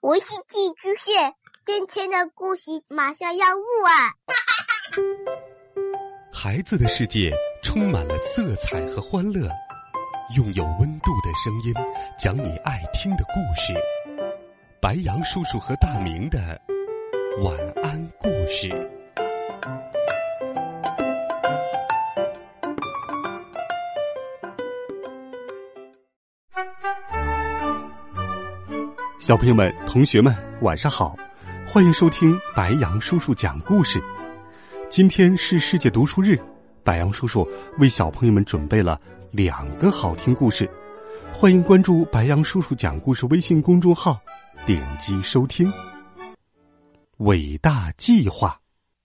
我是寄居蟹，今天的故事马上要录啊！ 孩子的世界充满了色彩和欢乐，用有温度的声音讲你爱听的故事。白杨叔叔和大明的晚安故事。小朋友们、同学们，晚上好，欢迎收听白杨叔叔讲故事。今天是世界读书日，白杨叔叔为小朋友们准备了2个好听故事，欢迎关注白杨叔叔讲故事微信公众号，点击收听。伟大计划。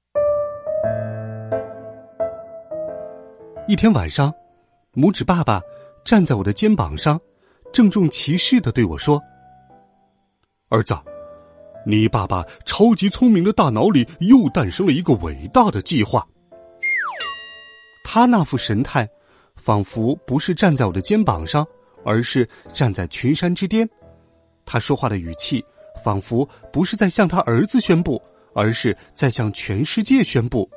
一天晚上，拇指爸爸站在我的肩膀上，郑重其事地对我说：儿子，你爸爸超级聪明的大脑里又诞生了一个伟大的计划。他那副神态，仿佛不是站在我的肩膀上，而是站在群山之巅。他说话的语气，仿佛不是在向他儿子宣布，而是在向全世界宣布。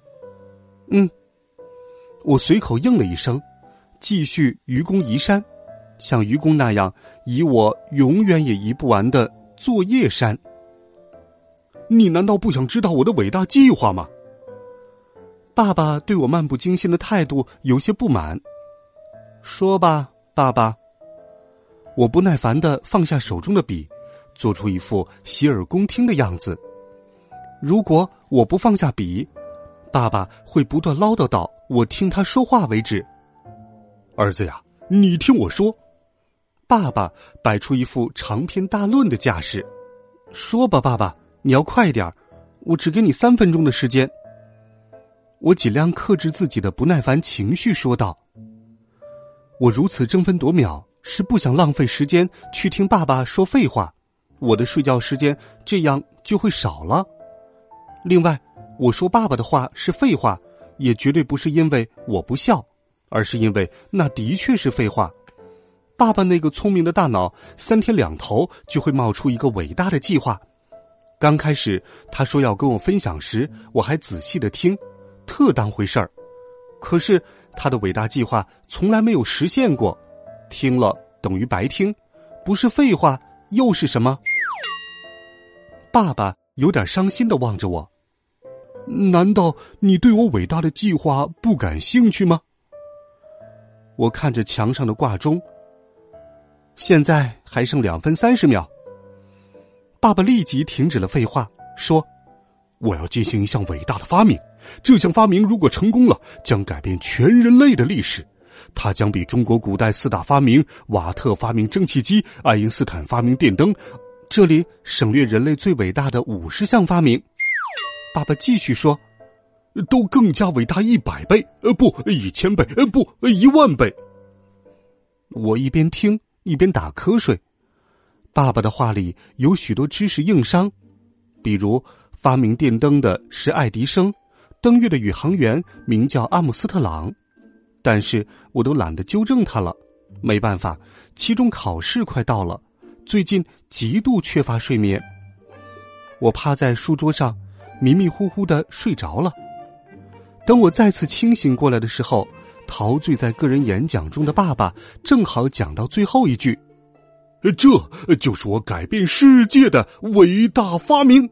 我随口应了一声，继续愚公移山，像愚公那样移我永远也移不完的作业山。你难道不想知道我的伟大计划吗？爸爸对我漫不经心的态度有些不满。说吧，爸爸。我不耐烦地放下手中的笔，做出一副洗耳恭听的样子。如果我不放下笔，爸爸会不断唠叨到我听他说话为止。儿子呀，你听我说。爸爸摆出一副长篇大论的架势。说吧，爸爸，你要快点，我只给你3分钟的时间。我尽量克制自己的不耐烦情绪说道。我如此争分夺秒，是不想浪费时间去听爸爸说废话，我的睡觉时间这样就会少了。另外，我说爸爸的话是废话，也绝对不是因为我不孝，而是因为那的确是废话。爸爸那个聪明的大脑3天2头就会冒出一个伟大的计划。刚开始他说要跟我分享时，我还仔细地听，特当回事儿。可是他的伟大计划从来没有实现过，听了等于白听，不是废话又是什么？爸爸有点伤心地望着我。难道你对我伟大的计划不感兴趣吗？我看着墙上的挂钟，现在还剩2分30秒。爸爸立即停止了废话，说：我要进行一项伟大的发明，这项发明如果成功了，将改变全人类的历史。它将比中国古代4大发明，瓦特发明蒸汽机，爱因斯坦发明电灯，这里省略人类最伟大的50项发明。爸爸继续说，都更加伟大100倍，不，1000倍，不，10000倍。我一边听一边打瞌睡。爸爸的话里有许多知识硬伤，比如发明电灯的是爱迪生，登月的宇航员名叫阿姆斯特朗，但是我都懒得纠正他了。没办法，期中考试快到了，最近极度缺乏睡眠。我趴在书桌上迷迷糊糊地睡着了。等我再次清醒过来的时候，陶醉在个人演讲中的爸爸正好讲到最后一句，这就是我改变世界的伟大发明。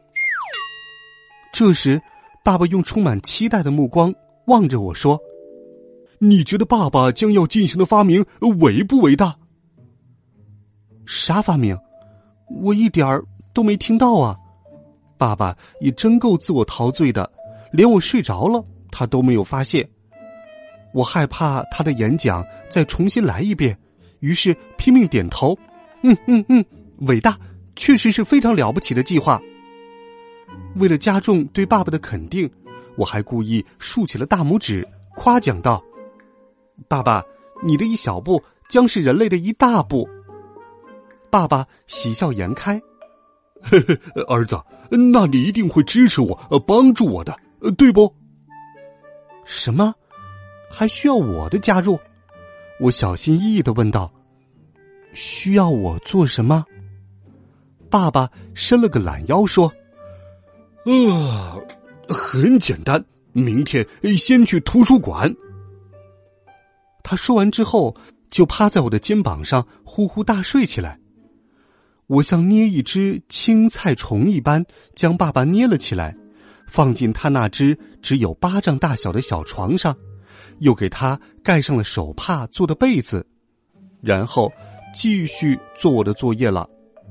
这时爸爸用充满期待的目光望着我说，你觉得爸爸将要进行的发明伟不伟大？啥发明？我一点儿都没听到啊。爸爸也真够自我陶醉的，连我睡着了他都没有发现。我害怕他的演讲再重新来一遍，于是拼命点头，伟大，确实是非常了不起的计划。为了加重对爸爸的肯定，我还故意竖起了大拇指，夸奖道，爸爸，你的一小步将是人类的一大步。爸爸喜笑颜开，儿子，那你一定会支持我，帮助我的，对不？什么？还需要我的加入？我小心翼翼地问道。需要我做什么？ 爸爸伸了个懒腰说：很简单，明天先去图书馆。他说完之后，就趴在我的肩膀上呼呼大睡起来。我像捏一只青菜虫一般，将爸爸捏了起来，放进他那只只有巴掌大小的小床上，又给他盖上了手帕做的被子，然后继续做我的作业了。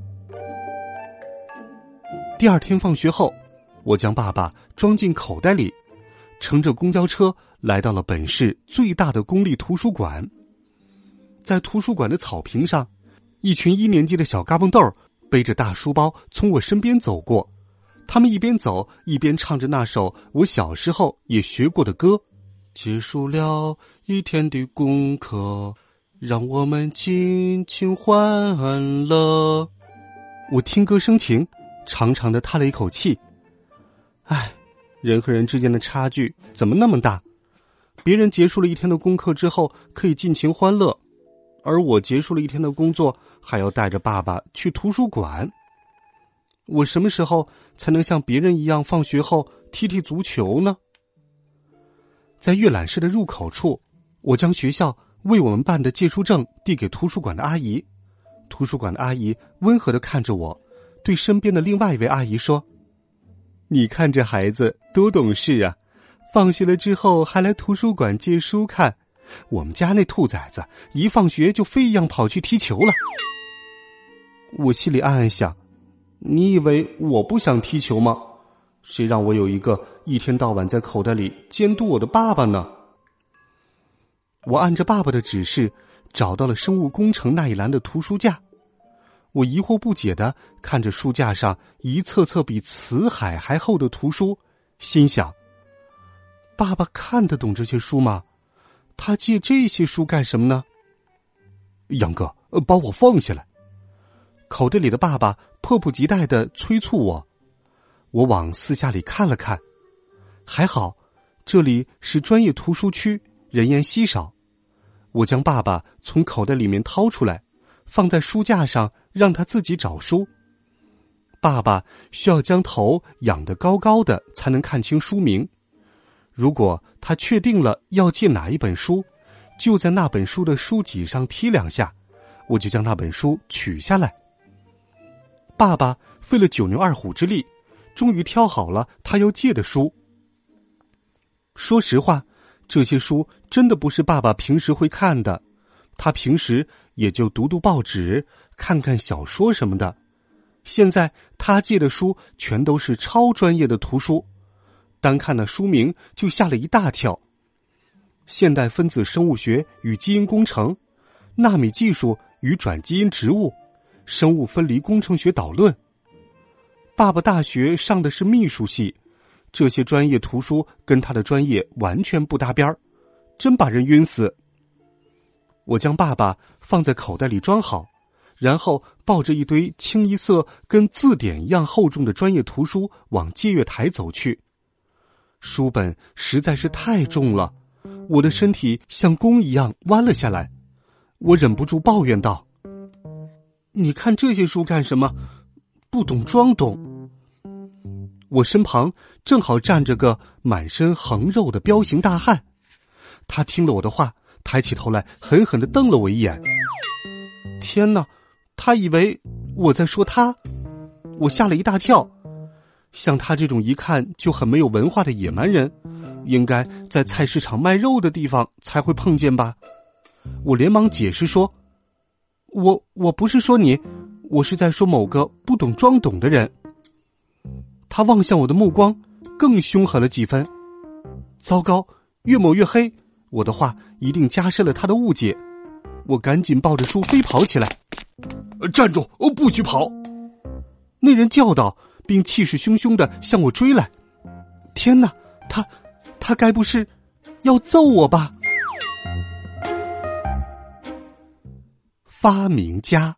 第二天放学后，我将爸爸装进口袋里，乘着公交车来到了本市最大的公立图书馆。在图书馆的草坪上，一群1年级的小嘎嘣豆背着大书包从我身边走过，他们一边走一边唱着那首我小时候也学过的歌：结束了一天的功课，让我们尽情欢乐。我听歌生情，长长的叹了一口气。人和人之间的差距怎么那么大？别人结束了一天的功课之后可以尽情欢乐，而我结束了一天的工作还要带着爸爸去图书馆。我什么时候才能像别人一样放学后踢踢足球呢？在阅览室的入口处，我将学校为我们办的借书证递给图书馆的阿姨。图书馆的阿姨温和地看着我，对身边的另外一位阿姨说：你看这孩子多懂事啊，放学了之后还来图书馆借书看，我们家那兔崽子一放学就飞一样跑去踢球了。我心里暗暗想，你以为我不想踢球吗？谁让我有一个一天到晚在口袋里监督我的爸爸呢？我按着爸爸的指示找到了生物工程那一栏的图书架。我疑惑不解地看着书架上一册册比辞海还厚的图书，心想，爸爸看得懂这些书吗？他借这些书干什么呢？杨哥，把我放下来。口袋里的爸爸迫不及待地催促我。我往四下里看了看，还好这里是专业图书区，人烟稀少。我将爸爸从口袋里面掏出来，放在书架上让他自己找书。爸爸需要将头仰得高高的才能看清书名。如果他确定了要借哪一本书，就在那本书的书脊上踢2下，我就将那本书取下来。爸爸费了9牛2虎之力，终于挑好了他要借的书。说实话，这些书真的不是爸爸平时会看的，他平时也就读读报纸，看看小说什么的。现在他借的书全都是超专业的图书，单看那书名就吓了一大跳：现代分子生物学与基因工程、纳米技术与转基因植物、生物分离工程学导论。爸爸大学上的是秘书系，这些专业图书跟他的专业完全不搭边儿，真把人晕死。我将爸爸放在口袋里装好，然后抱着一堆清一色跟字典一样厚重的专业图书往借阅台走去。书本实在是太重了，我的身体像弓一样弯了下来。我忍不住抱怨道：你看这些书干什么？不懂装懂。我身旁正好站着个满身横肉的彪形大汉，他听了我的话，抬起头来狠狠地瞪了我一眼。天哪，他以为我在说他。我吓了一大跳，像他这种一看就很没有文化的野蛮人，应该在菜市场卖肉的地方才会碰见吧。我连忙解释说，我不是说你，我是在说某个不懂装懂的人。他望向我的目光更凶狠了几分。糟糕，越抹越黑，我的话一定加深了他的误解。我赶紧抱着书飞跑起来。站住，不许跑！那人叫道，并气势汹汹地向我追来。天哪，他该不是要揍我吧？发明家，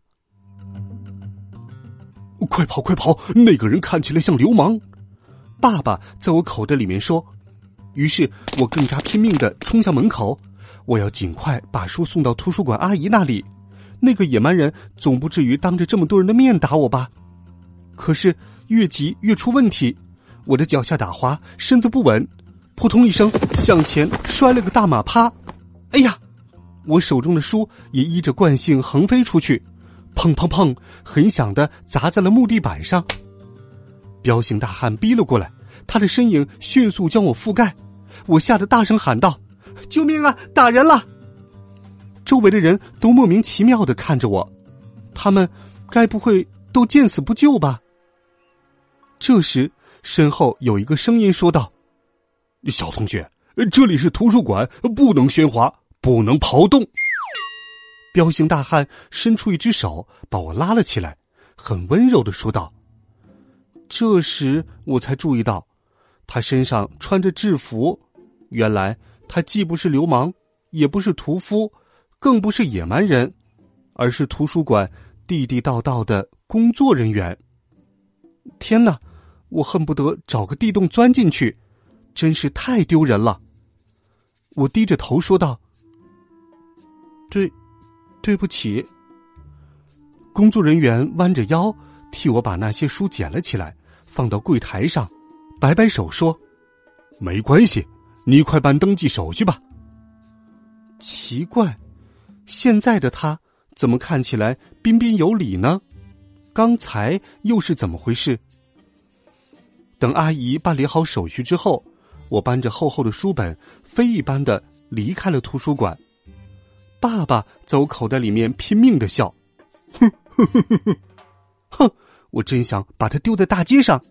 快跑快跑，那个人看起来像流氓。爸爸在我口袋里面说。于是我更加拼命地冲向门口，我要尽快把书送到图书馆阿姨那里。那个野蛮人总不至于当着这么多人的面打我吧？ 可是越急越出问题，我的脚下打滑，身子不稳，扑通一声向前摔了个大马趴。哎呀，我手中的书也依着惯性横飞出去，砰砰砰，很响地砸在了木地板上。彪形大汉逼了过来，他的身影迅速将我覆盖，我吓得大声喊道：救命啊，打人了！周围的人都莫名其妙地看着我，他们该不会都见死不救吧？这时身后有一个声音说道：小同学，这里是图书馆，不能喧哗，不能跑动。彪形大汉伸出一只手把我拉了起来，很温柔地说道。这时我才注意到他身上穿着制服，原来他既不是流氓，也不是屠夫，更不是野蛮人，而是图书馆地地道道的工作人员。天哪，我恨不得找个地洞钻进去，真是太丢人了。我低着头说道：对不起。工作人员弯着腰替我把那些书捡了起来，放到柜台上，摆摆手说：没关系，你快办登记手续吧。奇怪，现在的他怎么看起来彬彬有礼呢？刚才又是怎么回事？等阿姨办理好手续之后，我搬着厚厚的书本，飞一般的离开了图书馆。爸爸在我口袋里面拼命的笑，哼，我真想把它丢在大街上。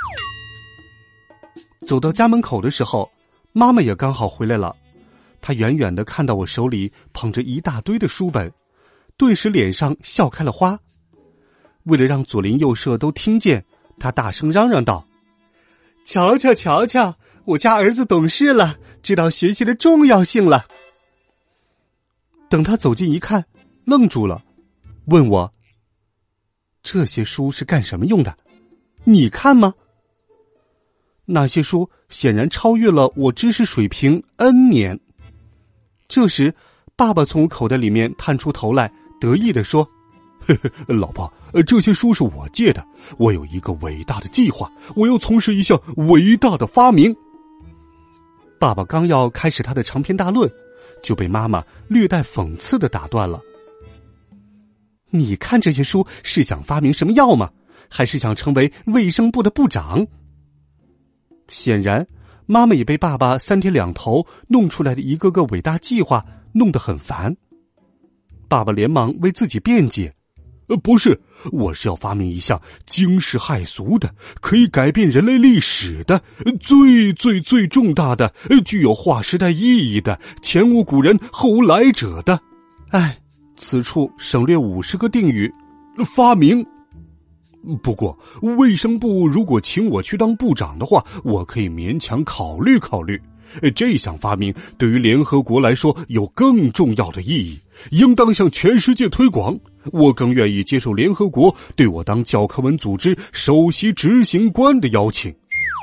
走到家门口的时候，妈妈也刚好回来了。她远远的看到我手里捧着一大堆的书本，顿时脸上笑开了花。为了让左邻右舍都听见，她大声嚷嚷道：瞧瞧瞧瞧，我家儿子懂事了，知道学习的重要性了。等他走近一看，愣住了，问我：这些书是干什么用的？你看吗？那些书显然超越了我知识水平 N 年。这时爸爸从我口袋里面探出头来，得意地说：老婆，这些书是我借的，我有一个伟大的计划，我要从事一项伟大的发明。爸爸刚要开始他的长篇大论，就被妈妈略带讽刺地打断了。你看这些书是想发明什么药吗？还是想成为卫生部的部长？显然妈妈也被爸爸三天两头弄出来的一个个伟大计划弄得很烦。爸爸连忙为自己辩解：不是，我是要发明一项惊世骇俗的，可以改变人类历史的，最重大的，具有划时代意义的，前无古人后无来者的。此处省略50个定语，发明。不过卫生部如果请我去当部长的话，我可以勉强考虑考虑。这项发明对于联合国来说有更重要的意义，应当向全世界推广。我更愿意接受联合国对我当教科文组织首席执行官的邀请。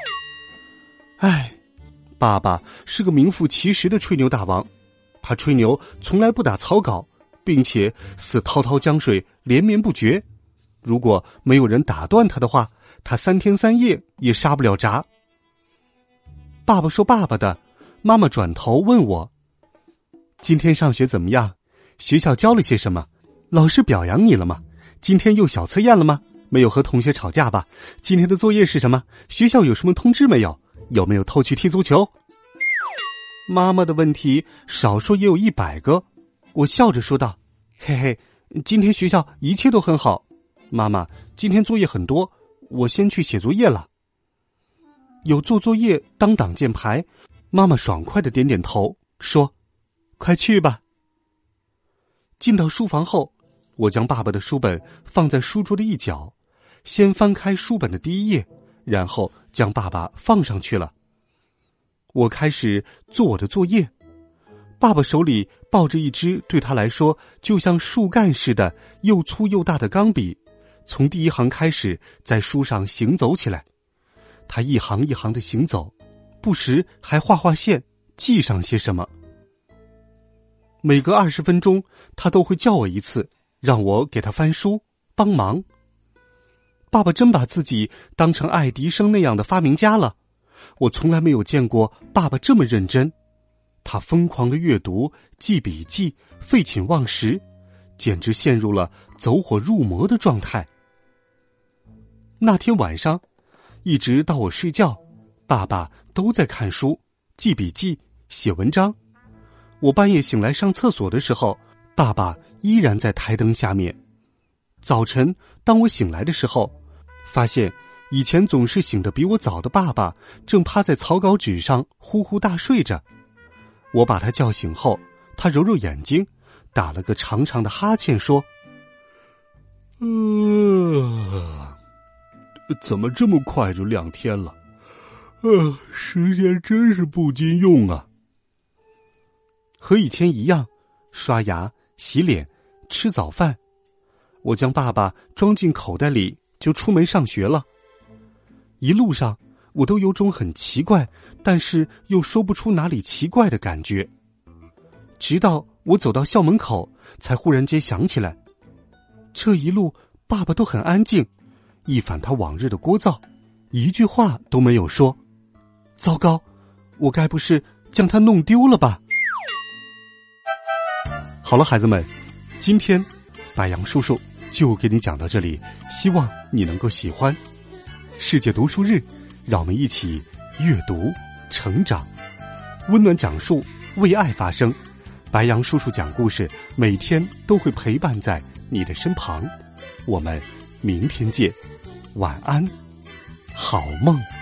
爸爸是个名副其实的吹牛大王，他吹牛从来不打草稿，并且似滔滔江水连绵不绝。如果没有人打断他的话，他3天3夜也杀不了闸。爸爸说爸爸的，妈妈转头问我：今天上学怎么样？学校教了些什么？老师表扬你了吗？今天又小测验了吗？没有和同学吵架吧？今天的作业是什么？学校有什么通知没有？有没有偷去踢足球？妈妈的问题少说也有100个。我笑着说道：嘿嘿，今天学校一切都很好。妈妈，今天作业很多，我先去写作业了。有做作业当挡箭牌，妈妈爽快地点点头，说：快去吧。进到书房后，我将爸爸的书本放在书桌的一角，先翻开书本的第1页，然后将爸爸放上去了。我开始做我的作业，爸爸手里抱着一支对他来说就像树干似的又粗又大的钢笔，从第1行开始在书上行走起来。他一行一行的行走，不时还画画线，记上些什么。每隔20分钟，他都会叫我一次，让我给他翻书帮忙。 爸爸真把自己当成爱迪生那样的发明家了。我从来没有见过爸爸这么认真，他疯狂地阅读、记笔记、废寝忘食，简直陷入了走火入魔的状态。那天晚上，一直到我睡觉，爸爸都在看书、记笔记、写文章。我半夜醒来上厕所的时候，爸爸依然在台灯下面。早晨，当我醒来的时候，发现以前总是醒得比我早的爸爸正趴在草稿纸上呼呼大睡着。我把他叫醒后，他揉揉眼睛，打了个长长的哈欠，说：怎么这么快就2天了？时间真是不经用啊。和以前一样，刷牙、洗脸、吃早饭，我将爸爸装进口袋里就出门上学了。一路上我都有种很奇怪，但是又说不出哪里奇怪的感觉。直到我走到校门口，才忽然间想起来，这一路爸爸都很安静，一反他往日的聒噪，一句话都没有说。糟糕，我该不是将他弄丢了吧？好了，孩子们，今天白杨叔叔就给你讲到这里，希望你能够喜欢。世界读书日，让我们一起阅读成长，温暖讲述，为爱发声。白杨叔叔讲故事，每天都会陪伴在你的身旁。我们明天见，晚安，好梦。